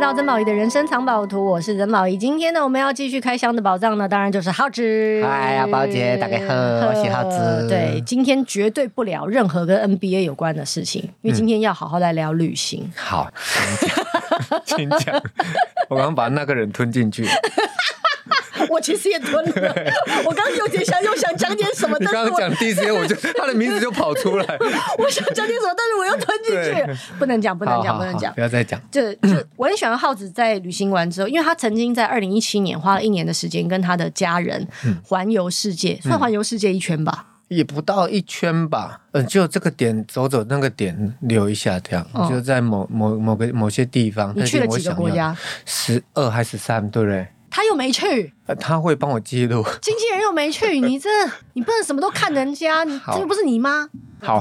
到曾宝仪的人生藏宝图，我是曾宝仪。今天呢，我们要继续开箱的宝藏呢，当然就是浩子。 嗨，阿宝姐，大家好，我是浩子。 对，今天绝对不聊任何跟 NBA 有关的事情，因为今天要好好来聊旅行。 好，请讲。我刚把那个人吞进去。 我其实也吞了，我刚刚有点想讲点什么， 你刚刚讲 DCA， 我就他的名字就跑出来。 我想讲点什么，但是我又吞进去，不能讲，不能讲，不能讲， 不要再讲。 就我很喜欢浩子在旅行完之后，因为他曾经在2017年花了1年的时间跟他的家人环游世界，算环游世界一圈吧。 也不到一圈吧，就这个点走走，那个点留一下，这样、就在某些地方。 你去了几个国家 ？12还是13，对不对？ 他又没去， 他会帮我记录。 经纪人又没去，你不能什么都看人家，这又不是你妈。 好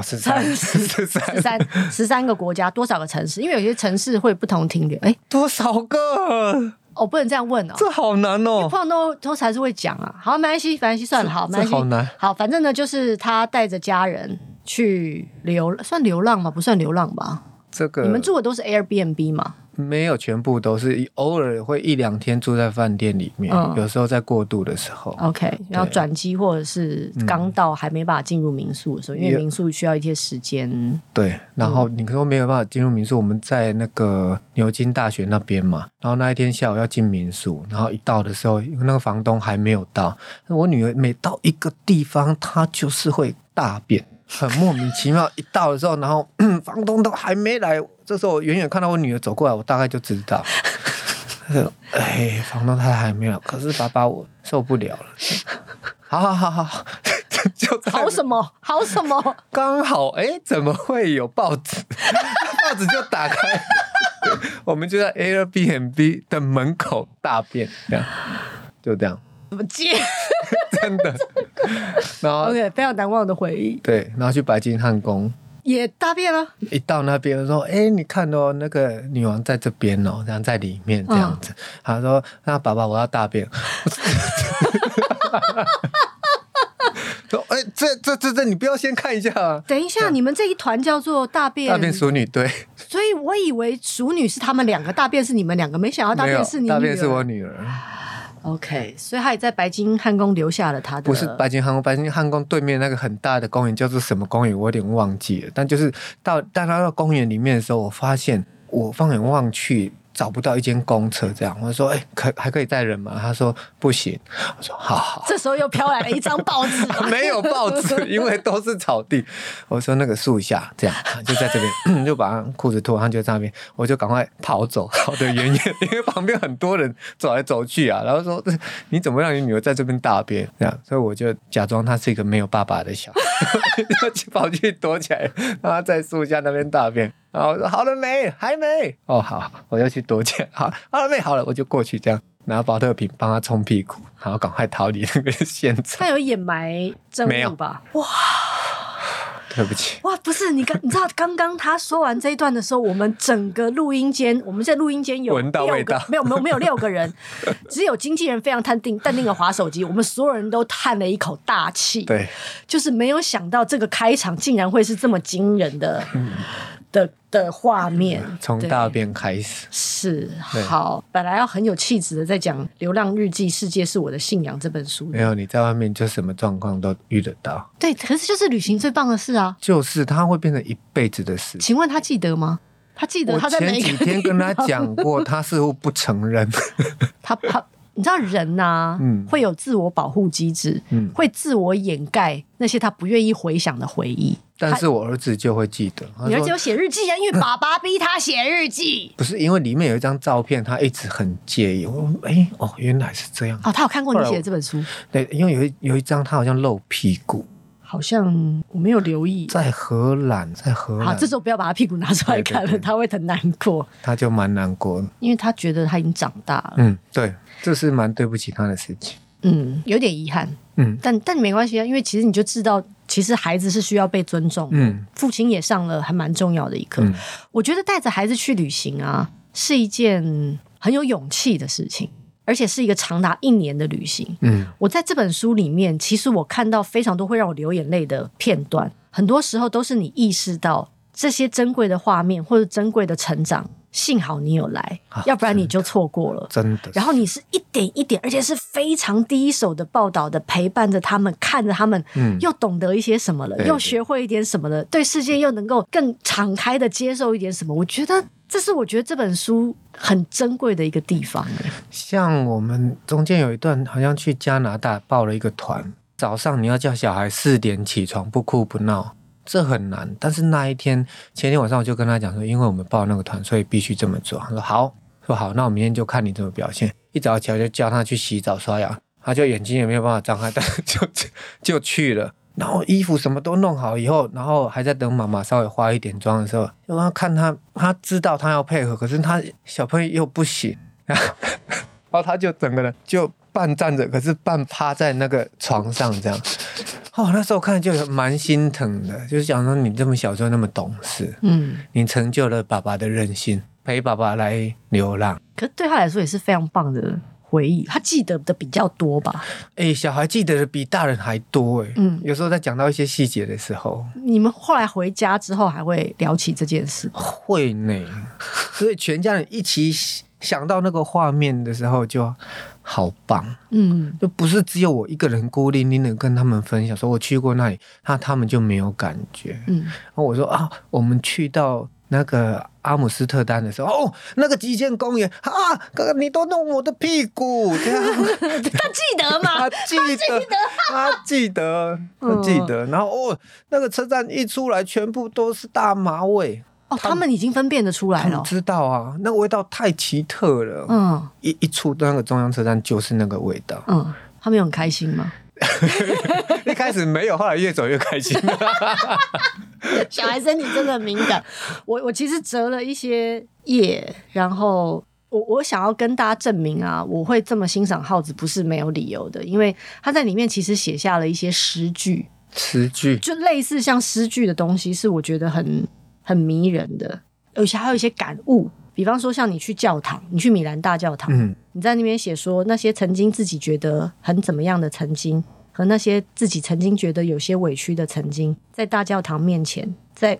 13个国家，多少个城市？因为有些城市会不同停留。 多少个？ 哦，不能这样问哦， 这好难哦。 碰都还是会讲啊。好，没关系，算了，好，没关系。 好难。 好，反正呢，就是他带着家人去算流浪吗？不算流浪吧。 这个你们住的都是 Airbnb 吗？ 没有，全部都是，偶尔会1-2天住在饭店里面，有时候在过渡的时候。 OK， 然后转机或者是刚到还没办法进入民宿的时候，因为民宿需要一些时间。 对，然后你说没有办法进入民宿，我们在那个牛津大学那边嘛，然后那一天下午要进民宿，然后一到的时候，那个房东还没有到，我女儿每到一个地方，她就是会大便。很莫名其妙，一到的时候，然后房东都还没来，这时候我远远看到我女儿走过来，我大概就知道，房东他还没有，可是爸爸我受不了了，好，就好什么， 刚好怎么会有报纸？报纸就打开，我们就在 Airbnb 的门口大便，这样就这样。 怎么接？ 真的，然后 OK， 非常难忘的回忆。 对，然后去白金汉宫也大便了。一到那边说，你看哦，那个女王在这边哦，这样在里面这样子。他说，那爸爸我要大便。说，这，你不要先看一下啊。 等一下，你们这一团叫做大便淑女队。 所以我以为淑女是他们2个，大便是你们2个，没想到大便是你女儿。 大便是我女儿。 OK， 所以他也在白金汉宫留下了他的。 不是白金汉宫，白金汉宫对面那个很大的公园叫做什么公园，我有点忘记了。但就是到公园里面的时候，我发现我放眼望去找不到一间公厕，这样我说还可以载人吗？他说不行。我说好。这时候又飘来了一张报纸。 没有报纸，因为都是草地。我说那个树下，这样就在这边，就把裤子脱，他就在那边，我就赶快跑走，跑得远远，因为旁边很多人走来走去啊。然后说你怎么让你女儿在这边大便？这样，所以我就假装她是一个没有爸爸的小孩，就跑去躲起来，让她在树下那边大便。然后我说好了没？还没。哦，好，我要去躲起来。好了没？好了，我就过去这样拿保特瓶帮他冲屁股，然后赶快逃离那个现场。 他有掩埋证物吧？哇， 对不起。 哇，不是你知道刚刚他说完这一段的时候，我们整个录音间，我们在录音间有闻到味道， 没有6个人，只有经纪人非常淡定的滑手机，我们所有人都叹了一口大气。 对， 就是没有想到这个开场竟然会是这么惊人的。的画面， 从大便开始是好，本来要很有气质的在讲《流浪日记：世界是我的信仰》这本书， 没有，你在外面就什么状况都遇得到。 对，可是就是旅行最棒的事啊， 就是它会变成一辈子的事。 请问他记得吗？他记得他在前几天跟他讲过，他似乎不承认。 他你知道人啊，会有自我保护机制，会自我掩盖那些他不愿意回想的回忆。 但是我儿子就会记得， 你儿子有写日记啊，因为爸爸逼他写日记。 不是因为里面有一张照片，他一直很介意。我说原来是这样。 他有看过你写的这本书。 对，因为有一张他好像露屁股。 好像我没有留意， 在荷兰。 好，这时候不要把他屁股拿出来看了，对，他会很难过。 他就蛮难过的， 因为他觉得他已经长大了。 对，这是蛮对不起他的事情。 有点遗憾。但没关系啊，因为其实你就知道，其实孩子是需要被尊重的。父亲也上了还蛮重要的一课。我觉得带着孩子去旅行啊，是一件很有勇气的事情。而且是一个长达1年的旅行。我在这本书里面，其实我看到非常多会让我流眼泪的片段，很多时候都是你意识到这些珍贵的画面或者珍贵的成长， 幸好你有来，要不然你就错过了， 真的。 然后你是一点一点，而且是非常第一手的报道的，陪伴着他们，看着他们，又懂得一些什么了，又学会一点什么了，对世界又能够更敞开的接受一点什么。我觉得这是这本书很珍贵的一个地方。 像我们中间有一段好像去加拿大报了一个团，早上你要叫小孩4点起床，不哭不闹，这很难。但是那一天前天晚上我就跟他讲说，因为我们报那个团，所以必须这么做。他说好，那我明天就看你怎么表现。一早起来就叫他去洗澡刷牙，他就眼睛也没有办法张开，但是就去了。然后衣服什么都弄好以后，然后还在等妈妈稍微化一点妆的时候，就要看他知道他要配合，可是他小朋友又不行，然后他就整个人就半站着，可是半趴在那个床上这样。那时候看就蛮心疼的，就是讲说你这么小时候那么懂事，你成就了爸爸的任性，陪爸爸来流浪。 可是对他来说也是非常棒的回忆，他记得的比较多吧？ 小孩记得的比大人还多有时候在讲到一些细节的时候， 你们后来回家之后还会聊起这件事？ 会呢，所以全家人一起想到那个画面的时候就好棒，就不是只有我一个人孤零零的跟他们分享说我去过那里，他们就没有感觉。然后我说我们去到那个阿姆斯特丹的时候，那个极限公园哥哥你都弄我的屁股，这样他记得吗？ 他记得。然后那个车站一出来，全部都是大麻味。 他们已经分辨得出来了。 他们知道啊，那个味道太奇特了。一出那个中央车站就是那个味道。 他们有很开心吗？ 一开始没有，后来越走越开心。 小孩身体真的很敏感。我其实折了一些页，然后我想要跟大家证明我会这么欣赏浩子不是没有理由的，因为他在里面其实写下了一些诗句，就类似像诗句的东西，是我觉得很迷人的，而且还有一些感悟。比方说像你去教堂，你去米兰大教堂，你在那边写说那些曾经自己觉得很怎么样的曾经，和那些自己曾经觉得有些委屈的曾经，在大教堂面前，在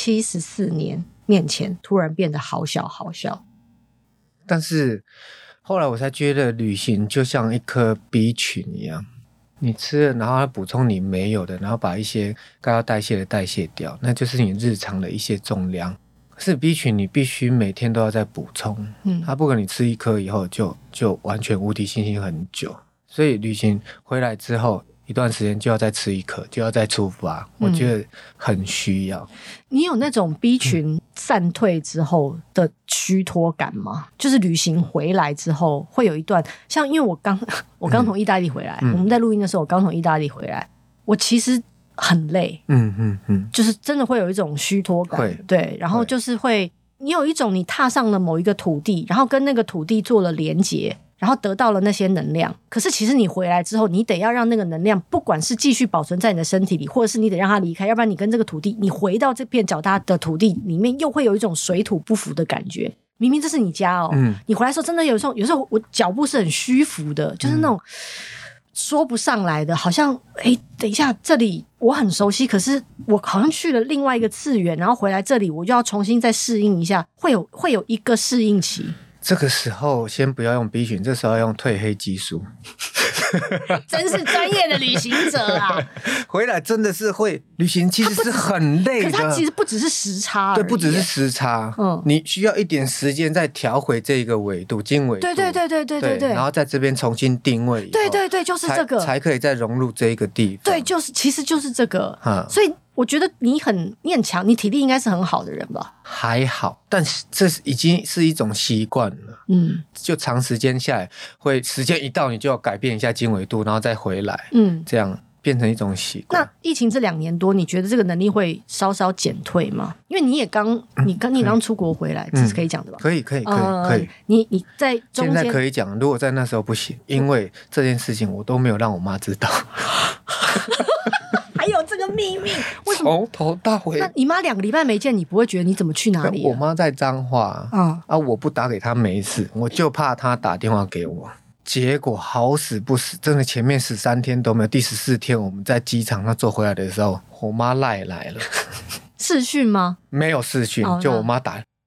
574年面前突然变得好小好小。 但是后来我才觉得旅行就像一颗 B 群一样，你吃了然后它补充你没有的，然后把一些该要代谢的代谢掉，那就是你日常的一些重量。可是 B 群你必须每天都要再补充，它不可能你吃一颗以后就完全无敌星星很久。所以旅行回来之后一段时间就要再吃一颗，就要再出发，我觉得很需要。 你有那种 B 群散退之后的虚脱感吗？就是旅行回来之后会有一段，像因为我刚从意大利回来，我们在录音的时候我刚从意大利回来，我其实很累，就是真的会有一种虚脱感，对，然后就是会你有一种你踏上了某一个土地，然后跟那个土地做了连结，然后得到了那些能量，可是其实你回来之后，你得要让那个能量不管是继续保存在你的身体里，或者是你得让它离开，要不然你跟这个土地，你回到这片脚踏的土地里面又会有一种水土不服的感觉。明明这是你家你回来的时候真的有时候我脚步是很虚浮的，就是那种说不上来的，好像等一下这里我很熟悉，可是我好像去了另外一个次元，然后回来这里我就要重新再适应一下，会有一个适应期。 这个时候先不要用 B 群，这时候要用褪黑激素。 真是专业的旅行者啊！ 回来真的是会旅行，其实是很累的。 可是它其实不只是时差而已， 对，不只是时差，你需要一点时间再调回这个纬度、经纬度。 对， 然后在这边重新定位。 对，就是这个， 才可以再融入这一个地方。 对，其实就是这个。所以我觉得你很强，你体力应该是很好的人吧？ 还好，但是这已经是一种习惯了。就长时间下来，会时间一到你就要改变一下经纬度，然后再回来。这样变成一种习惯。 那疫情这2年多，你觉得这个能力会稍稍减退吗？因为你也刚出国回来，这是可以讲的吧？ 可以。 你在中间现在可以讲，如果在那时候不行，因为这件事情我都没有让我妈知道。 还有这个秘密，为什么从头到尾？ 那你妈2个礼拜没见，你不会觉得你怎么去哪里？ 我妈在彰化我不打给她没事，我就怕她打电话给我。结果好死不死，真的前面13天都没有，第14天我们在机场那坐回来的时候，我妈赖来了。 视讯吗？ 没有视讯，就我妈打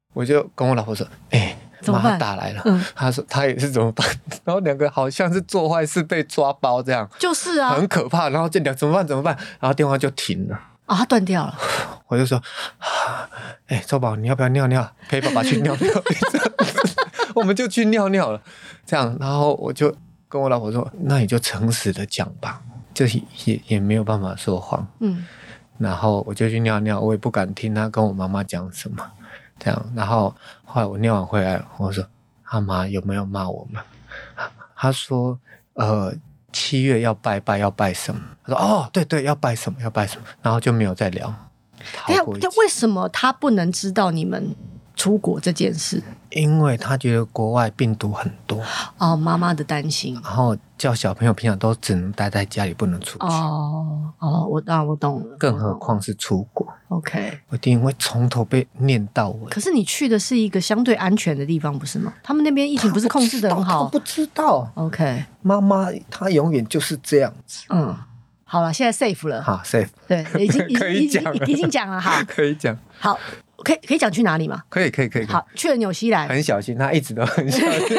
我就跟我老婆说，妈打来了，她说她也是怎么办，然后两个好像是做坏事被抓包这样， 就是啊， 很可怕，然后这两怎么办，然后电话就停了。 它断掉了。 我就说，周宝，你要不要尿尿？陪爸爸去尿尿。我们就去尿尿了，这样，然后我就跟我老婆说，那你就诚实的讲吧，就也没有办法说谎。然后我就去尿尿，我也不敢听他跟我妈妈讲什么，这样，然后后来我尿完回来，我说，他妈有没有骂我们？他说7月要拜什么？他说对，要拜什么，然后就没有再聊。 为什么他不能知道你们出国这件事？ 因为他觉得国外病毒很多妈妈的担心， 然后叫小朋友平常都只能待在家里，不能出去。 我懂了。 更何况是出国。 OK， 我一定会从头被念到尾。 可是你去的是一个相对安全的地方，不是吗？他们那边疫情不是控制得很好？ 我不知道。 OK， 妈妈她永远就是这样子。 好了，现在 safe 了。 好 safe， 对， 可以讲了， 已经讲了。好， 可以讲。 好，可以讲去哪里吗？ 可以。 好，去了纽西兰， 很小心，他一直都很小心。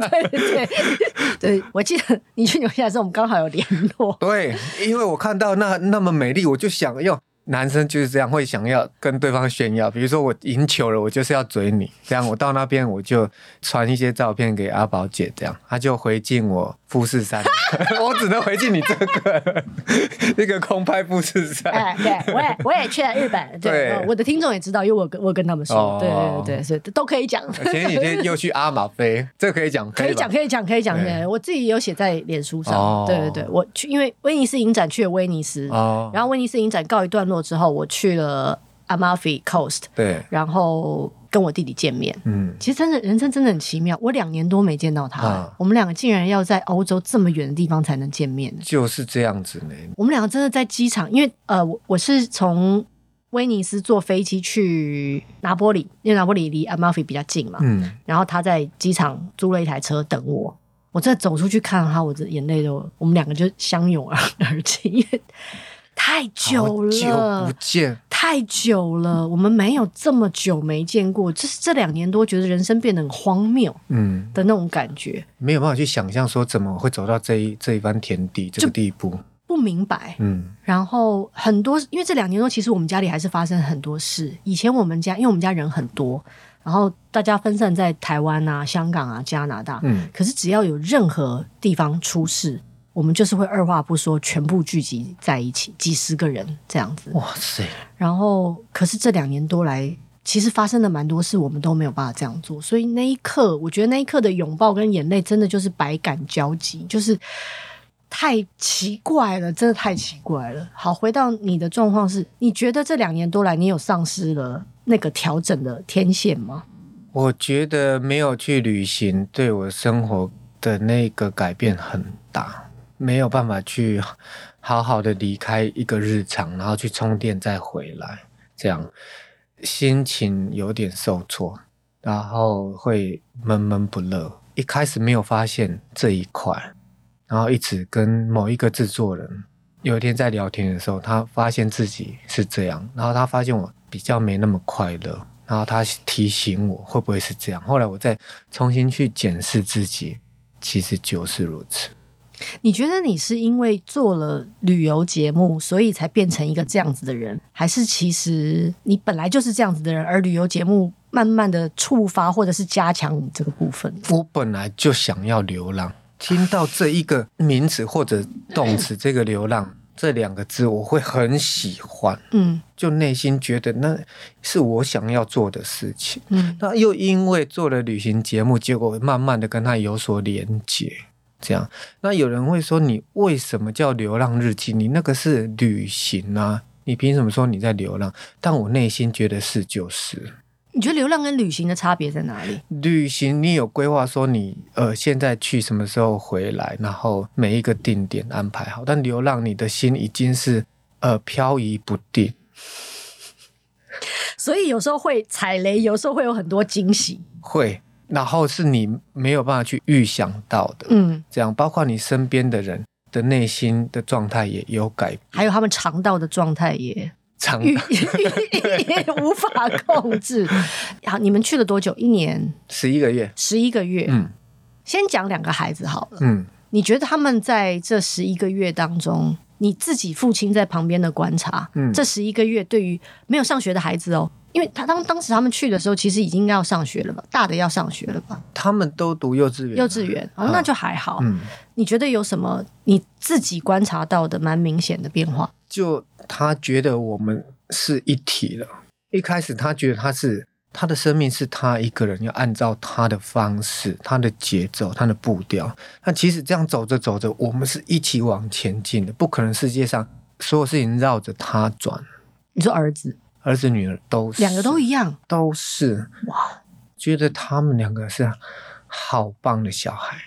对，我记得你去纽西兰的时候，我们刚好有联络。 对，因为我看到那么美丽，我就想用。男生就是这样，会想要跟对方炫耀，比如说我赢球了，我就是要嘴你，这样我到那边我就传一些照片给阿宝姐，这样他就回敬我富士山，我只能回敬你这个那个空拍富士山。 对，我也去了日本，对，我的听众也知道，因为我跟他们说，对，所以都可以讲。 前几天又去阿马菲，这个可以讲，可以讲， 我自己有写在脸书上，对，我去，因为威尼斯影展去了威尼斯，然后威尼斯影展告一段落之后，我去了 Amalfi Coast， 对， 然后跟我弟弟见面。其实真的人生真的很奇妙，我2年多没见到他，我们两个竟然要在欧洲这么远的地方才能见面， 就是这样子呢。 我们两个真的在机场，因为我是从威尼斯坐飞机去拿坡里，因为拿坡里离 Amalfi 比较近嘛，然后他在机场租了一台车等我。我真的走出去看他，我的眼泪我们两个就相拥而泣，因为太久了， 好久不见， 太久了，我们没有这么久没见过，就是这2年多，觉得人生变得很荒谬，的那种感觉， 没有办法去想象说怎么会走到这一番田地这个地步， 不明白。然后很多，因为这2年多，其实我们家里还是发生很多事。以前我们家，因为我们家人很多，然后大家分散在台湾啊、香港啊、加拿大，可是只要有任何地方出事，我们就是会二话不说全部聚集在一起，几十个人这样子。 哇塞！ 然后可是这2年多来，其实发生了蛮多事，我们都没有办法这样做。所以那一刻，我觉得那一刻的拥抱跟眼泪真的就是百感交集，就是太奇怪了，真的太奇怪了。好，回到你的状况是，你觉得这2年多来你有丧失了那个调整的天线吗？ 我觉得没有去旅行对我生活的那个改变很大，没有办法去好好的离开一个日常，然后去充电再回来，这样心情有点受挫，然后会闷闷不乐。一开始没有发现这一块，然后一直跟某一个制作人有一天在聊天的时候，他发现自己是这样，然后他发现我比较没那么快乐，然后他提醒我会不会是这样，后来我再重新去检视自己，其实就是如此。 你觉得你是因为做了旅游节目所以才变成一个这样子的人，还是其实你本来就是这样子的人，而旅游节目慢慢的触发或者是加强你这个部分？ 我本来就想要流浪，听到这一个名词或者动词这个流浪这2个字我会很喜欢，就内心觉得那是我想要做的事情，那又因为做了旅行节目，结果慢慢的跟它有所连结，这样。那有人会说，你为什么叫流浪日记？你那个是旅行啊，你凭什么说你在流浪？但我内心觉得是就是。 你觉得流浪跟旅行的差别在哪里？ 旅行你有规划说你现在去什么时候回来，然后每一个定点安排好，但流浪你的心已经是飘移不定， 所以有时候会踩雷，有时候会有很多惊喜， 会，然后是你没有办法去预想到的，这样包括你身边的人的内心的状态也有改变， 还有他们肠道的状态也欲无法控制。好，你们去了多久？1年 11个月。 11个月。先讲2个孩子好了。你觉得他们在这11个月当中，你自己父亲在旁边的观察，这11个月对于没有上学的孩子哦，因为当时他们去的时候，其实已经要上学了吧，大的要上学了吧？ 他们都读幼稚园， 那就还好。你觉得有什么你自己观察到的蛮明显的变化？ 就他觉得我们是一体了。一开始他觉得他的生命是他一个人，要按照他的方式、他的节奏、他的步调。那其实这样走着走着，我们是一起往前进的，不可能世界上所有事情绕着他转。 你说儿子、 女儿都是，2个都一样， 都是。哇，觉得他们2个是好棒的小孩。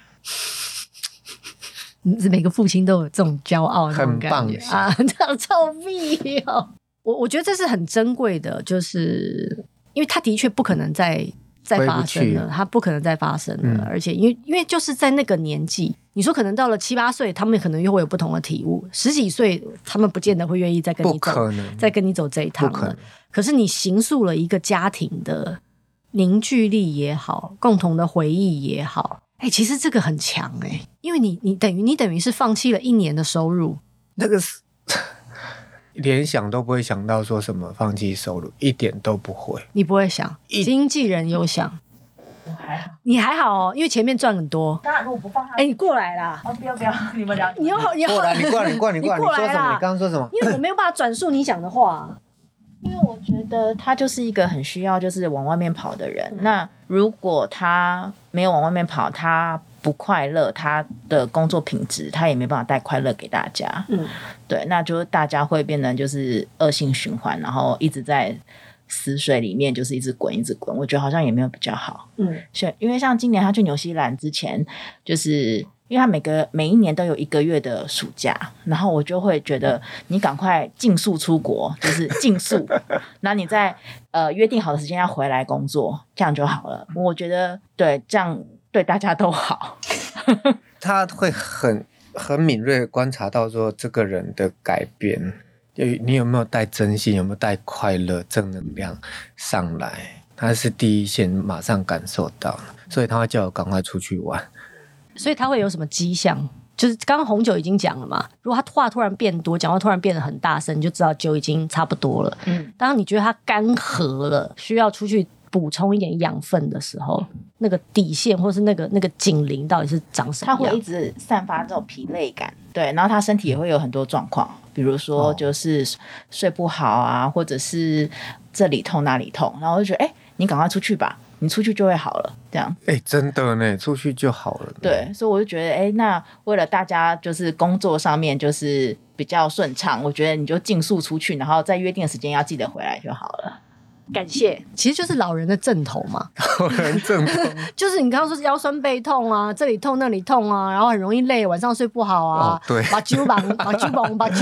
每个父亲都有这种骄傲的那种感觉啊， 这样臭屁哦！我觉得这是很珍贵的，就是因为他的确不可能再发生了，他不可能再发生了，而且因为就是在那个年纪，你说可能到了7、8岁，他们可能又会有不同的体悟，10几岁他们不见得会愿意再跟你走这一趟了。可是你形塑了一个家庭的凝聚力也好，共同的回忆也好。其实这个很强因为你等于是放弃了1年的收入， 那个是连想都不会想到说什么放弃收入，一点都不会。你不会想，经纪人有想，你还好哦，因为前面赚很多。 当然如果不放他， 你过来啦！ 不要，你们聊， 你过来，你过来，你说什么？你刚刚说什么？ 因为我没有办法转述你讲的话。 因为我觉得他就是一个很需要就是往外面跑的人，那如果他没有往外面跑，他不快乐，他的工作品质他也没办法带快乐给大家。对，那就是大家会变成就是恶性循环，然后一直在死水里面就是一直滚，我觉得好像也没有比较好。因为像今年他去纽西兰之前，就是因为他每一年都有1个月的暑假，然后我就会觉得你赶快尽速出国，就是尽速那你在约定好的时间要回来工作，这样就好了。我觉得对，这样对大家都好。 他会很敏锐地观察到说这个人的改变，你有没有带真心，有没有带快乐正能量上来，他是第一线马上感受到，所以他会叫我赶快出去玩。 所以他会有什么迹象？就是刚刚红酒已经讲了嘛，如果他话突然变多，讲话突然变得很大声，你就知道酒已经差不多了。当你觉得他干涸了，需要出去补充一点养分的时候，那个底线或是那个警铃到底是长什么样？ 他会一直散发这种疲累感，对，然后他身体也会有很多状况，比如说就是睡不好啊，或者是这里痛那里痛，然后我就觉得你赶快出去吧，你出去就会好了，这样。 真的呢，出去就好了。 对，所以我就觉得那为了大家就是工作上面就是比较顺畅，我觉得你就尽速出去，然后在约定的时间要记得回来就好了。 感谢，其实就是老人的症头嘛。 老人症头就是你刚刚说腰酸背痛啊，这里痛那里痛啊，然后很容易累，晚上睡不好啊。 对， 把酒忙，把酒补，把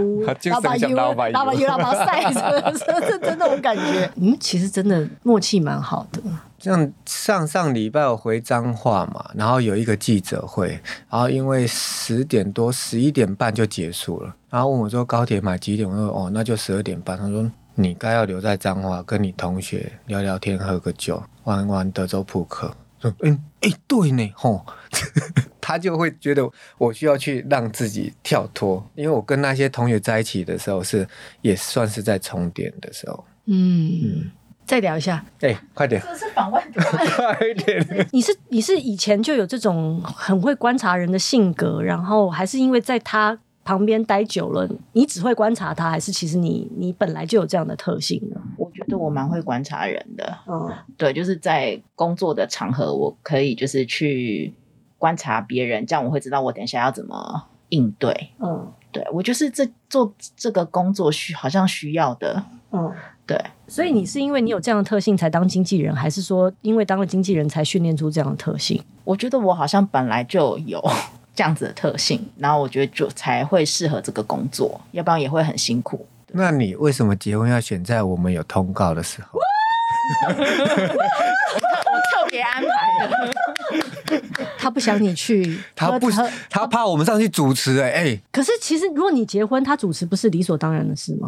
晒着，是那种感觉。其实真的默契蛮好的。 像上礼拜我回彰化嘛，然后有一个记者会，然后因为10点多11点半就结束了，然后问我说高铁买几点，我说那就12点半。他说你该要留在彰化跟你同学聊聊天，喝个酒，玩玩德州扑克。说对呢他就会觉得我需要去让自己跳脱，因为我跟那些同学在一起的时候也算是在充电的时候。 再聊一下。 快点， 这是访问快一点。 你是以前就有这种很会观察人的性格，然后还是因为在他旁边待久了，你只会观察他，还是其实你本来就有这样的特性呢？ 我觉得我蛮会观察人的。对，就是在工作的场合，我可以就是去观察别人，这样我会知道我等一下要怎么应对。对，我就是做这个工作好像需要的。对。 所以你是因为你有这样的特性才当经纪人，还是说因为当了经纪人才训练出这样的特性？ 我觉得我好像本来就有这样子的特性，然后我觉得就才会适合这个工作，要不然也会很辛苦。 那你为什么结婚要选在我们有通告的时候？ 我特别安排的。 他不想你去， 他怕我们上去主持。可是其实如果你结婚，他主持不是理所当然的事吗？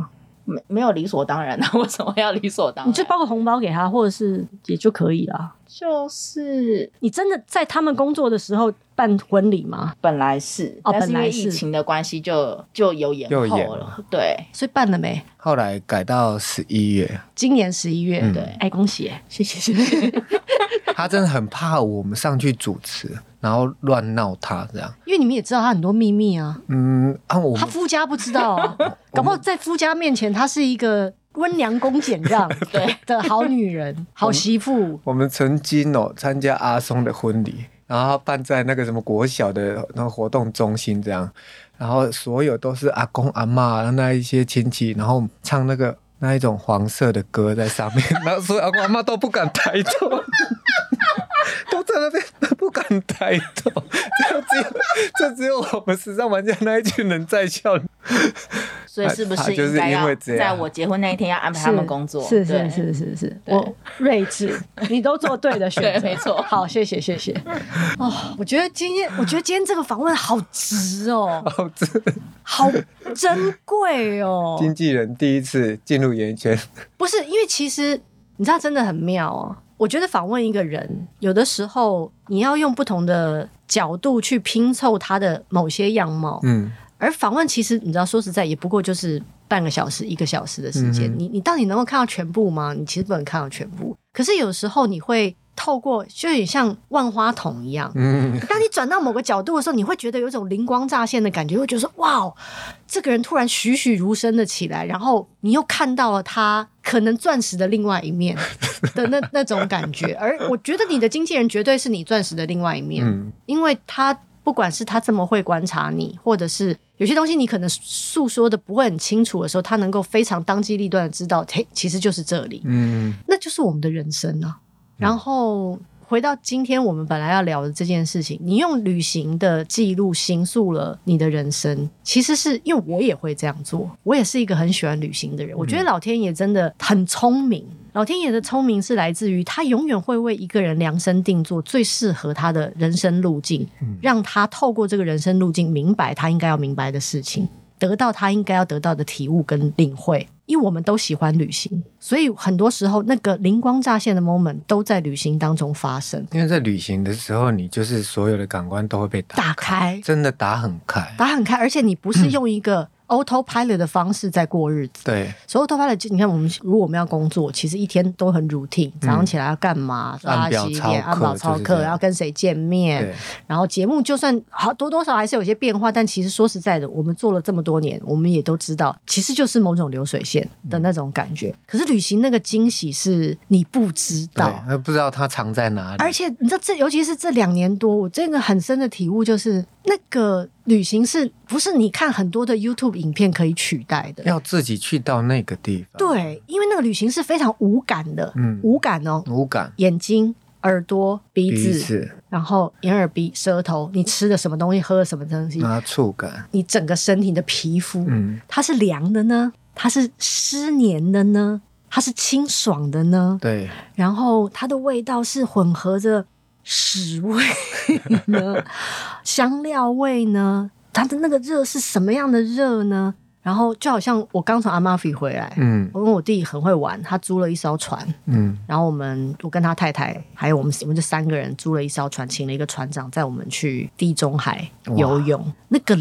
没有理所当然啊，为什么要理所当然？ 你就包个红包给他，或者是也就可以啦。 就是你真的在他们工作的时候办婚礼吗？ 本来是，但是因为疫情的关系就有延后了，对， 所以办了没？ 后来改到11月， 今年11月， 对， 哎，恭喜，谢谢。 他真的很怕我们上去主持，然后乱闹他这样， 因为你们也知道他很多秘密啊。 他夫家不知道啊，搞不好在夫家面前，她是一个温良恭俭让对的好女人、好媳妇。 我们曾经参加阿松的婚礼，然后办在那个什么国小的那个活动中心这样，然后所有都是阿公阿嬷那一些亲戚，然后唱那一种黄色的歌在上面，然后所有阿公阿嬷都不敢抬头。都在那边不敢抬头，就只有我们时尚玩家那一群人在笑。 所以是不是应该要在我结婚那一天要安排他们工作？ 是。我睿智，你都做对的选择， 对，没错。 好，谢谢。哦，我觉得今天这个访问好值哦，好珍贵哦。 经纪人第一次进入演艺圈， 不是因为其实你知道真的很妙哦。我觉得访问一个人，有的时候你要用不同的角度去拼凑他的某些样貌。而访问其实你知道，说实在也不过就是半个小时、1个小时的时间。你到底能够看到全部吗？你其实不能看到全部。可是有时候你会透过，就有点像万花筒一样。当你转到某个角度的时候，你会觉得有一种灵光乍现的感觉，会觉得说哇，这个人突然栩栩如生的起来，然后你又看到了他可能钻石的另外一面的那种感觉。而我觉得你的经纪人绝对是你钻石的另外一面，因为他不管是他这么会观察你，或者是有些东西你可能诉说的不会很清楚的时候，他能够非常当机立断的知道，嘿，其实就是这里。那就是我们的人生啊。然后回到今天我们本来要聊的这件事情，你用旅行的记录形塑了你的人生，其实是因为我也会这样做，我也是一个很喜欢旅行的人。我觉得老天爷真的很聪明，老天爷的聪明是来自于他永远会为一个人量身定做最适合他的人生路径，让他透过这个人生路径明白他应该要明白的事情，得到他应该要得到的体悟跟领会。因为我们都喜欢旅行，所以很多时候那个灵光乍现的 moment 都在旅行当中发生。 因为在旅行的时候，你就是所有的感官都会被打开，真的打很开， 而且你不是用一个autopilot 的方式在过日子。 对， 所以 autopilot 你看如果我们要工作，其实一天都很 routine， 早上起来要干嘛， 按表操课，要跟谁见面，然后节目就算好多少还是有些变化，但其实说实在的，我们做了这么多年，我们也都知道其实就是某种流水线的那种感觉。可是旅行那个惊喜是你不知道， 不知道它藏在哪里。 而且你知道尤其是这2年多，我这个很深的体悟就是那个旅行是不是你看很多的 YouTube 影片可以取代的？ 要自己去到那个地方。 对，因为那个旅行是非常无感的，无感哦， 无感， 眼睛、耳朵、鼻子，然后眼耳鼻舌头，你吃了什么东西，喝了什么东西， 触感， 你整个身体的皮肤，它是凉的呢，它是湿黏的呢，它是清爽的呢？ 对， 然后它的味道是混合着屎味呢，香料味呢，它的那个热是什么样的热呢？然后就好像我刚从阿马菲回来，我跟我弟很会玩，他租了一艘船，然后我跟他太太还有我们就3个人租了一艘船，请了一个船长载我们去地中海游泳。那个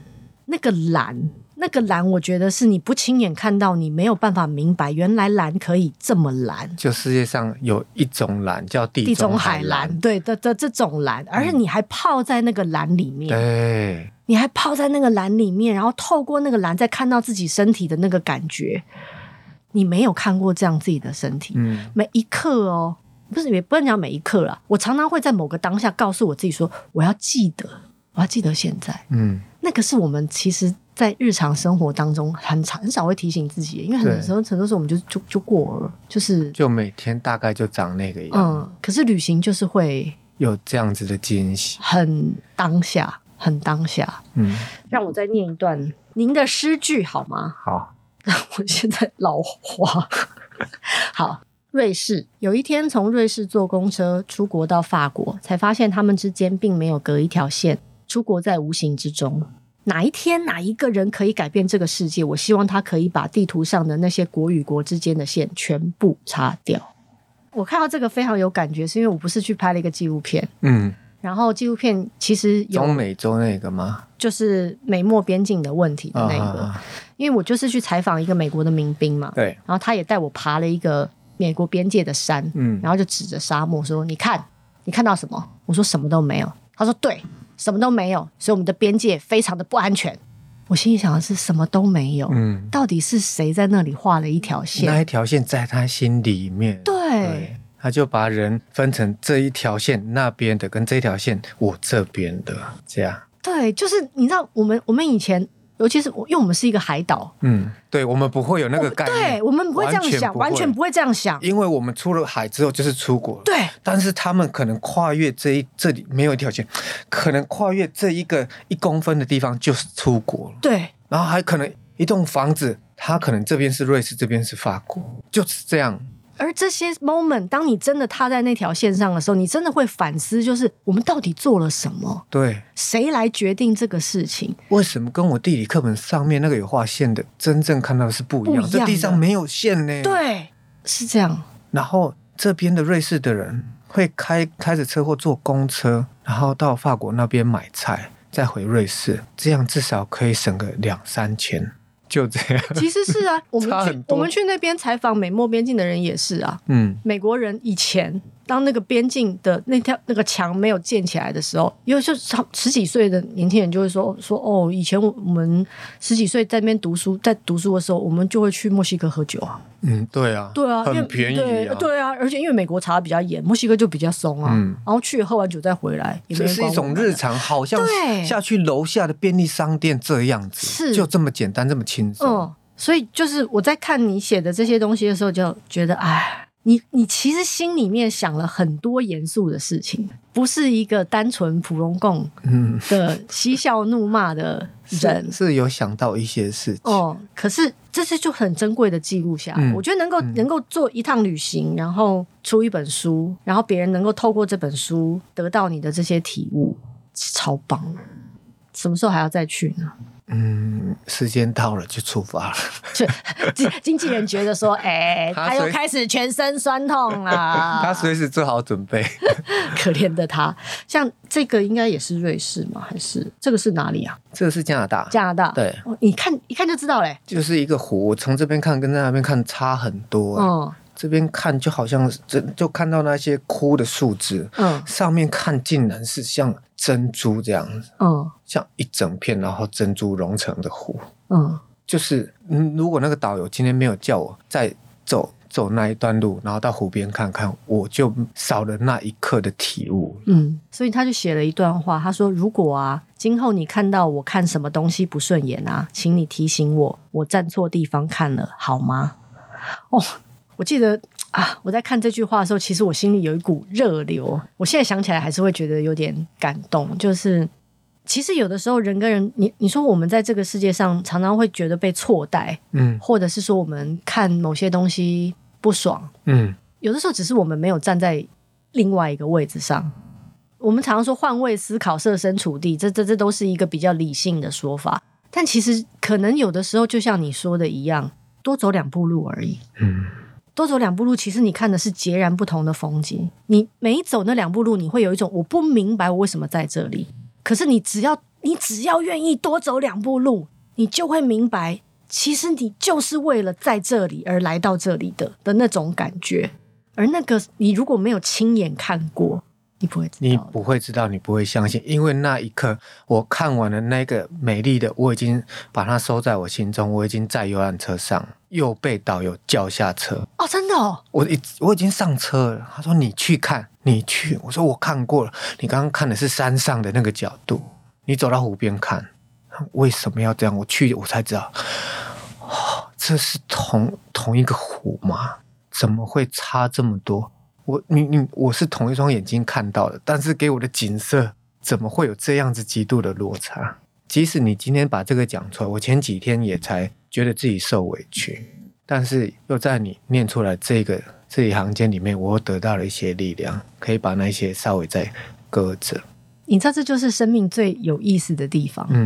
蓝，我觉得是你不亲眼看到，你没有办法明白，原来蓝可以这么蓝。 就世界上有一种蓝叫地中海蓝， 对的这种蓝，而且你还泡在那个蓝里面， 对， 你还泡在那个蓝里面，然后透过那个蓝再看到自己身体的那个感觉，你没有看过这样自己的身体，每一刻哦，也不能讲每一刻啦，我常常会在某个当下告诉我自己说，我要记得现在，那个是我们其实在日常生活当中很少会提醒自己，因为很多时候我们就过了，就每天大概就长那个样。 可是旅行就是会有这样子的惊喜， 很当下。让我再念一段您的诗句好吗？ 好， 我现在老花。好，瑞士有一天从瑞士坐公车出国到法国，才发现他们之间并没有隔一条线，出国在无形之中。 哪一天哪一个人可以改变这个世界，我希望他可以把地图上的那些国与国之间的线全部擦掉。我看到这个非常有感觉，是因为我不是去拍了一个纪录片，然后纪录片其实有中美洲那个吗？ 就是美墨边境的问题的那个，因为我就是去采访一个美国的民兵嘛， 对， 然后他也带我爬了一个美国边界的山，然后就指着沙漠说：“你看到什么？”我说：“什么都没有。”他说：“对，什么都没有，所以我们的边界非常的不安全。”我心里想的是什么都没有，到底是谁在那里画了一条线？ 那一条线在他心里面， 对， 他就把人分成这一条线那边的跟这一条线我这边的，这样。 对，就是你知道我们以前，尤其是因为我们是一个海岛， 对，我们不会有那个概念， 对，我们不会这样想，完全不会这样想， 因为我们出了海之后就是出国了， 对。 但是他们可能跨越这里没有一条线，可能跨越这一公分的地方就是出国了， 对。 然后还可能一栋房子，它可能这边是瑞士，这边是法国，就是这样。 而这些 moment， 当你真的踏在那条线上的时候，你真的会反思，就是我们到底做了什么？ 对， 谁来决定这个事情？ 为什么跟我地理课本上面那个有画线的，真正看到的是不一样？这地上没有线呢。 对，是这样。 然后这边的瑞士的人会开着车或坐公车，然后到法国那边买菜，再回瑞士，这样至少可以省个2-3千。就这样， 其实是啊，我们去那边采访美墨边境的人也是啊，美国人以前当那个边境的那个墙没有建起来的时候，因为就十几岁的年轻人就会说哦，以前我们10几岁在那边读书，在读书的时候，我们就会去墨西哥喝酒啊。 对啊， 对啊， 很便宜啊， 对啊，而且因为美国查的比较严，墨西哥就比较松啊，然后去喝完酒再回来， 这是一种日常，好像下去楼下的便利商店这样子， 是就这么简单，这么轻松。 所以就是我在看你写的这些东西的时候，就觉得哎。你其实心里面想了很多严肃的事情，不是一个单纯普龙共的嬉笑怒骂的人， 是有想到一些事情。 可是这是就很珍贵的记录下来。我觉得能够做一趟旅行，然后出一本书，然后别人能够透过这本书得到你的这些体悟，超棒。什么时候还要再去呢？ 时间到了就出发了。 经纪人觉得说，他又开始全身酸痛了。 他随时做好准备。 可怜的他，像这个应该也是瑞士吗？还是这个是哪里啊？ 这个是加拿大。 加拿大， 对， 你看一看就知道嘞。 就是一个湖，我从这边看跟在那边看差很多。这边看就好像就看到那些枯的树枝，上面看竟然是像珍珠这样子，像一整片然后珍珠融成的湖，就是如果那个导游今天没有叫我再走那一段路，然后到湖边看看，我就少了那一刻的体悟。 所以他就写了一段话，他说：“如果啊，今后你看到我看什么东西不顺眼啊，请你提醒我站错地方看了，好吗？”我记得啊，我在看这句话的时候，其实我心里有一股热流。我现在想起来还是会觉得有点感动。就是其实有的时候人跟人，你说我们在这个世界上常常会觉得被错待，或者是说我们看某些东西不爽，有的时候只是我们没有站在另外一个位置上。我们常常说换位思考、设身处地，这都是一个比较理性的说法。但其实可能有的时候，就像你说的一样，多走2步路而已。多走2步路，其实你看的是截然不同的风景。你每走那2步路，你会有一种我不明白我为什么在这里。可是你只要愿意多走2步路，你就会明白，其实你就是为了在这里而来到这里的那种感觉。而那个你如果没有亲眼看过，你不会知道， 你不会知道，你不会相信，因为那一刻我看完了那个美丽的，我已经把它收在我心中，我已经在游览车上，又被导游叫下车。 真的哦， 我已经上车了。他说你去看，你去。我说我看过了，你刚刚看的是山上的那个角度，你走到湖边看，为什么要这样？我去我才知道，这是同一个湖吗？怎么会差这么多？我是同一双眼睛看到的，但是给我的景色怎么会有这样子极度的落差？即使你今天把这个讲出来，我前几天也才觉得自己受委屈，但是又在你念出来这一行间里面，我又得到了一些力量，可以把那些稍微再搁着。 你知道这就是生命最有意思的地方。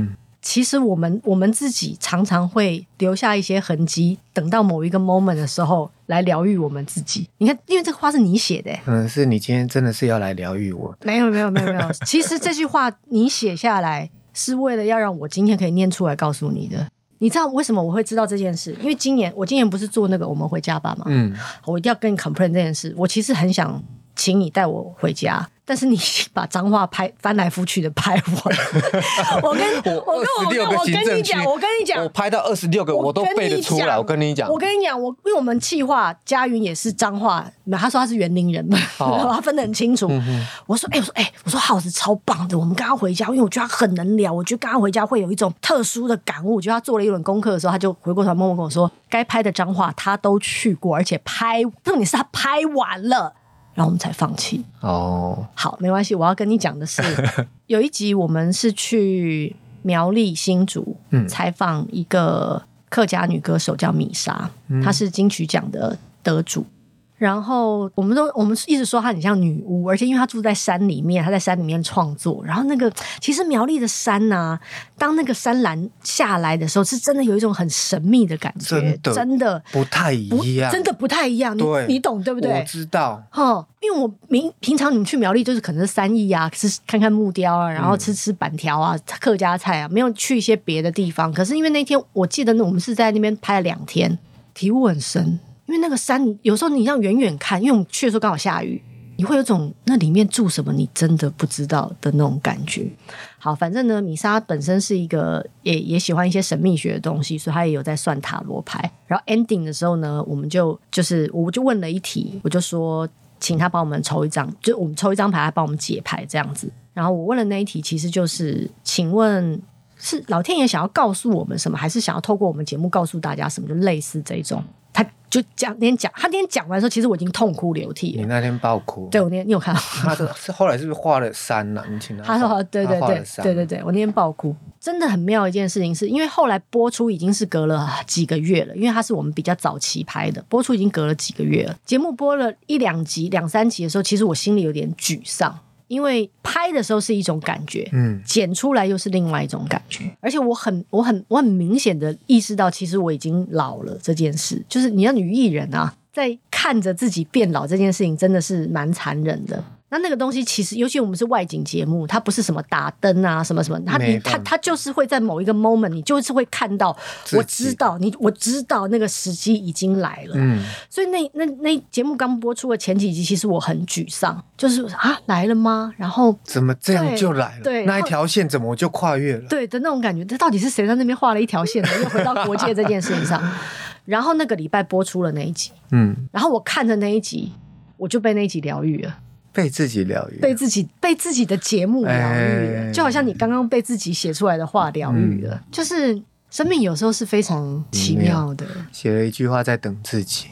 其实我们自己常常会留下一些痕迹，等到某一个 moment 的时候来疗愈我们自己。你看，因为这个话是你写的， 是你今天真的是要来疗愈我？ 没有，其实这句话你写下来是为了要让我今天可以念出来告诉你的。你知道为什么我会知道这件事？因为我今年不是做那个我们回家吧嘛，我一定要跟你 complain 这件事。我其实很想请你带我回家，但是你把脏话翻来覆去的拍完。我跟你讲， 我拍到26个我都背得出来。我跟你讲，因为我们企划嘉云也是脏话，他说他是园林人嘛，他分得很清楚。我说浩子超棒的，我们刚刚回家，因为我觉得他很能聊，我觉得刚刚回家会有一种特殊的感悟。我觉得他做了一轮功课的时候，他就回过头默默跟我说，该拍的脏话他都去过，而且重点是他拍完了。然后我们才放弃。好，没关系。我要跟你讲的是，有一集我们是去苗栗新竹采访一个客家女歌手叫米莎，她是金曲奖的得主。然后我们一直说她很像女巫，而且因为她住在山里面，她在山里面创作。然后其实苗栗的山啊，当那个山岚下来的时候，是真的有一种很神秘的感觉，真的不太一样， 真的不太一样。你懂对不对？ 我知道。 因为我平常你们去苗栗就是可能是三义啊，是看看木雕啊，然后吃板条啊，客家菜啊，没有去一些别的地方。可是因为那天我记得我们是在那边拍了2天，体悟很深。因为那个山有时候你让远远看，因为我们去的时候刚好下雨，你会有种那里面住什么你真的不知道的那种感觉。好，反正呢，米莎本身是一个也喜欢一些神秘学的东西，所以她也有在算塔罗牌。然后 ending 的时候呢，我就问了一题，我就说请他帮我们抽一张，就我们抽一张牌，他帮我们解牌这样子。然后我问了那一题，其实就是请问是老天爷想要告诉我们什么，还是想要透过我们节目告诉大家什么，就类似这种。他就他那天讲完的时候，其实我已经痛哭流涕了。 你那天爆哭？对， 你有看到？ 他后来是不是画了山啊？你请他说对，我那天爆哭，真的很妙一件事情是，因为后来播出已经是隔了几个月了，因为它是我们比较早期拍的，播出已经隔了几个月了。节目播了1-2集、2-3集的时候，其实我心里有点沮丧。因为拍的时候是一种感觉，剪出来又是另外一种感觉，而且我很明显的意识到，其实我已经老了这件事。就是你要女艺人啊，在看着自己变老这件事情，真的是蛮残忍的。那个东西其实，尤其我们是外景节目，它不是什么打灯啊，什么什么，它就是会在某一个 moment， 你就是会看到，我知道那个时机已经来了。所以那节目刚播出的前几集，其实我很沮丧，就是来了吗？然后怎么这样就来了？ 对， 那一条线怎么我就跨越了？ 对的那种感觉，这到底是谁在那边画了一条线呢？又回到国界这件事情上。然后那个礼拜播出了那一集，然后我看着那一集，我就被那一集疗愈了。 被自己疗愈， 被自己的节目疗愈了，就好像你刚刚被自己写出来的话疗愈了。就是生命有时候是非常奇妙的。 写了一句话在等自己，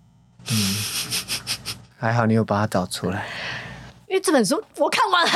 还好你有把它找出来。 因为这本书我看完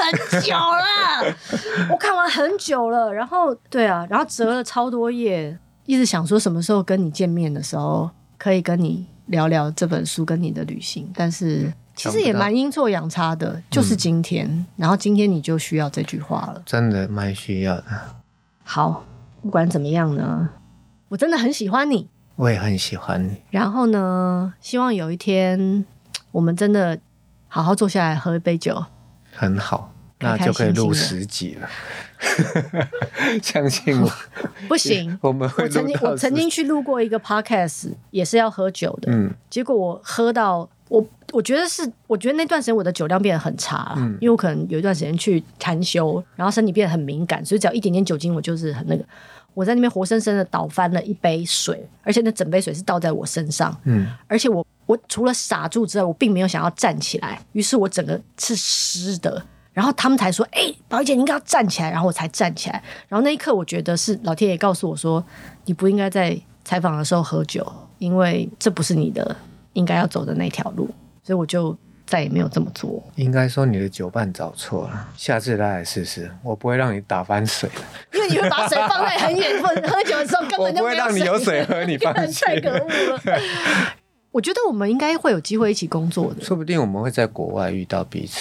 很久了，然后对啊，然后折了超多页，一直想说什么时候跟你见面的时候可以跟你聊聊这本书跟你的旅行，但是其实也蛮阴错阳差的，就是今天，然后今天你就需要这句话了， 真的蛮需要的。 好，不管怎么样呢，我真的很喜欢你， 我也很喜欢你。 然后呢，希望有一天我们真的好好坐下来喝一杯酒， 很好，那就可以录10集了。相信我， 不行， 我们会录到我曾经去录过一个 podcast， 也是要喝酒的，结果我喝到我觉得那段时间我的酒量变得很差，因为我可能有一段时间去禅修，然后身体变得很敏感，所以只要一点点酒精我就是很那个。我在那边活生生的倒翻了一杯水，而且那整杯水是倒在我身上，而且我除了傻住之外，我并没有想要站起来，于是我整个是湿的。然后他们才说：“宝仪姐，你应该要站起来。”然后我才站起来。然后那一刻，我觉得是老天爷告诉我说：“你不应该在采访的时候喝酒，因为这不是你的应该要走的那条路。”所以我就再也没有这么做。 应该说你的酒伴找错了，下次再来试试，我不会让你打翻水了。 因为你会把水放在很远，喝酒的时候根本就没有水， 我不会让你有水喝，你放心。 太可恶了。我觉得我们应该会有机会一起工作的， 说不定我们会在国外遇到彼此。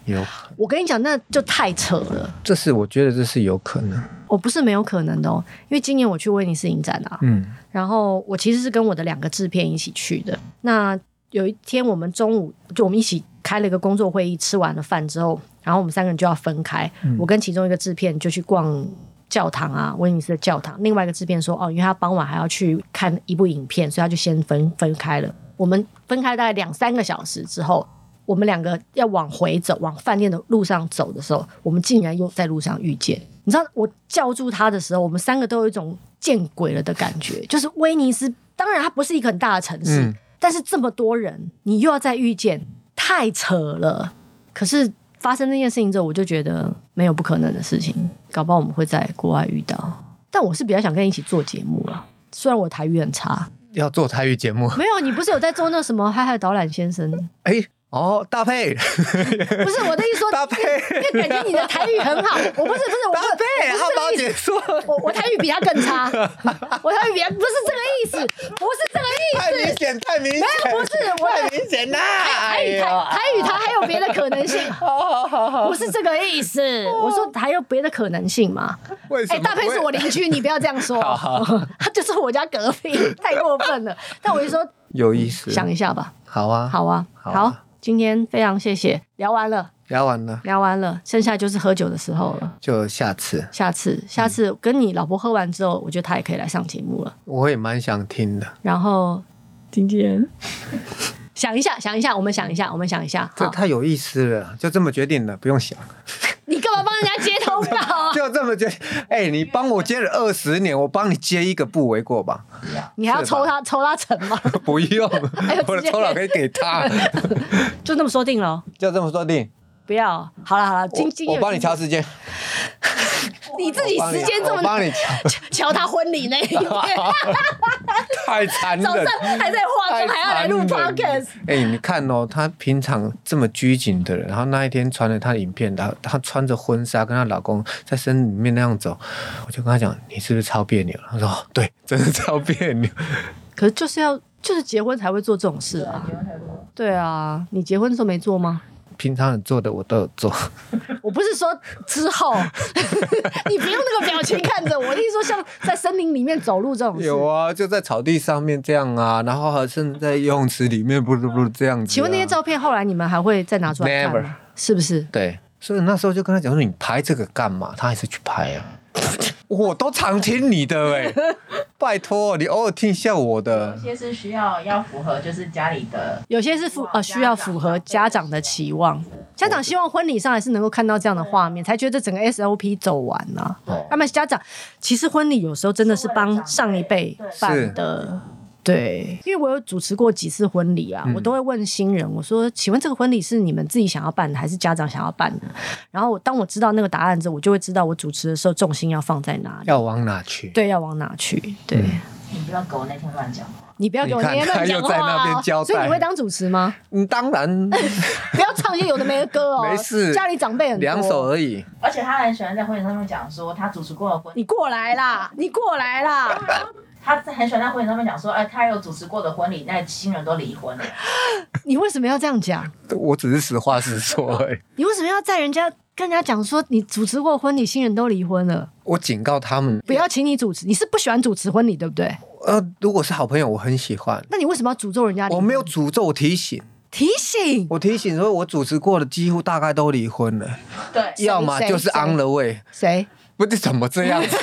我跟你讲，那就太扯了。 我觉得这是有可能。 我不是没有可能的因为今年我去威尼斯影展啊，然后我其实是跟我的2个制片一起去的。那有一天我们中午我们一起开了一个工作会议，吃完了饭之后，然后我们3个人就要分开。我跟其中一个制片就去逛教堂啊，威尼斯的教堂。另外一个制片说因为他傍晚还要去看一部影片，所以他就先分开了。我们分开大概2-3个小时之后，我们2个要往回走，往饭店的路上走的时候，我们竟然又在路上遇见。你知道我叫住他的时候，我们3个都有一种见鬼了的感觉。就是威尼斯当然它不是一个很大的城市，但是这么多人你又要再遇见，太扯了。可是发生那件事情之后，我就觉得没有不可能的事情，搞不好我们会在国外遇到。但我是比较想跟你一起做节目啦，虽然我台语很差。 要做台语节目？ 没有，你不是有在做那什么嗨嗨导览先生？ 搭配不是我的意思说搭配， 因为感觉你的台语很好。我不是搭配，阿宝姐说我台语比他更差，我台语比他不是这个意思，不是这个意思， 太明显， 没有，不是我太明显啦！ 台语它还有别的可能性，不是这个意思。我说还有别的可能性嘛？ 为什么？ 大佩是我邻居，你不要这样说，他就是我家隔壁，太过分了。但我就说有意思， 想一下吧。 好啊， 好。今天非常谢谢，聊完了，剩下就是喝酒的时候了。 就下次跟你老婆喝完之后，我觉得她也可以来上节目了。 我也蛮想听的。 然后经纪人想一下，我们想一下。 这太有意思了，就这么决定了，不用想。 你干嘛帮人家接通告啊？ 就这么决定。你帮我接了20年，我帮你接1个不为过吧？ 你还要抽他成吗？ 不用，我的酬劳可以给他。 就这么说定了。 就这么说定。 不要，好了， 我帮你敲时间。 你自己时间这么， 我帮你瞧他婚礼那一天， 太残忍， 早上还在化妆，还要来录 podcast。 你看她平常这么拘谨的人，然后那一天传了她的影片，她穿着婚纱跟她老公在森林里面那样走，我就跟她讲，你是不是超别扭？她说对，真的超别扭。可是就是结婚才会做这种事啊。对啊，你结婚的时候没做吗？平常有做的我都有做。我不是说之后，你不用那个表情看着我，我是说像在森林里面走路这种事。有啊，就在草地上面这样啊，然后还是在游泳池里面，不是这样子。请问那些照片后来你们还会再拿出来看吗？ Never. 是不是？对，所以那时候就跟他讲说，你拍这个干嘛？他还是去拍啊。我都常听你的拜托你偶尔听一下我的。有些是需要符合就是家里的，有些是需要符合家长的期望。家长希望婚礼上还是能够看到这样的画面，才觉得整个 SOP 走完啊。他们家长其实婚礼有时候真的是帮上一辈办的。对，因为我有主持过几次婚礼啊，我都会问新人，我说请问这个婚礼是你们自己想要办的还是家长想要办的？然后当我知道那个答案之后，我就会知道我主持的时候重心要放在哪里，要往哪去。对，要往哪去。对，你不要给我那天乱讲话，你不要给我那天乱讲话哦。所以你会当主持吗？当然。不要唱一些有的没的歌哦。没事，家里长辈很多，2首而已。而且他很喜欢在婚礼上面讲说他主持过的婚礼。你过来啦！他很喜欢在婚礼上面讲说，他有主持过的婚礼，那新人都离婚了。你为什么要这样讲？我只是实话实说而已。你为什么要跟人家讲说你主持过婚礼，新人都离婚了？我警告他们不要请你主持。你是不喜欢主持婚礼对不对？如果是好朋友，我很喜欢。那你为什么要诅咒人家离婚？我没有诅咒，我提醒。我提醒说，我主持过的几乎大概都离婚了。对，要么就是 on the way。谁？不是怎么这样子？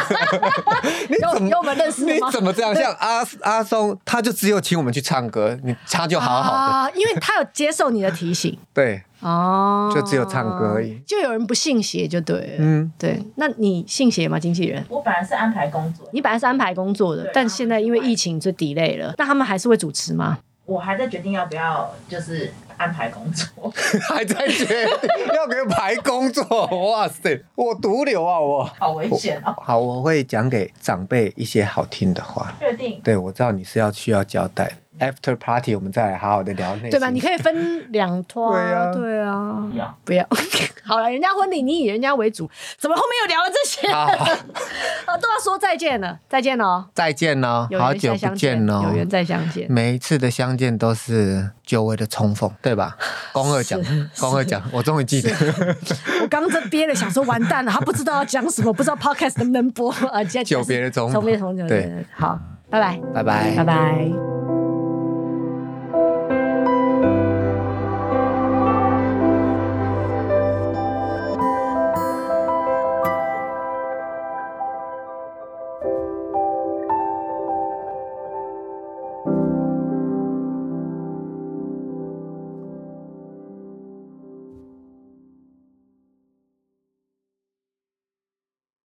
有我们认识吗？你怎么这样？像阿松，他就只有请我们去唱歌，他就好好的，因为他有接受你的提醒。对，就只有唱歌而已。就有人不信邪就对了。对。那你信邪吗？经纪人？我本来是安排工作，你本来是安排工作的，但现在因为疫情就 delay 了。那他们还是会主持吗？我还在决定要不要就是安排工作。还在决定要给排工作。哇塞，我毒瘤啊！我好危险哦。好，我会讲给长辈一些好听的话。确定？对，我知道你是需要交代。 after party 我们再来好好的聊内， 对吧？你可以分2拖，对啊，不要好了，人家婚礼你以人家为主，怎么后面又聊了这些？都要说再见了，再见哦， 再见哦，好久不见哦， 有缘再相见。 每一次的相见都是久违的重逢，对吧？公二讲，我终于记得。 我刚刚憋了，想说完蛋了，他不知道要讲什么，不知道 podcast 能不能播啊？ 久别的重逢， 对，好，拜拜， 拜拜， 拜拜。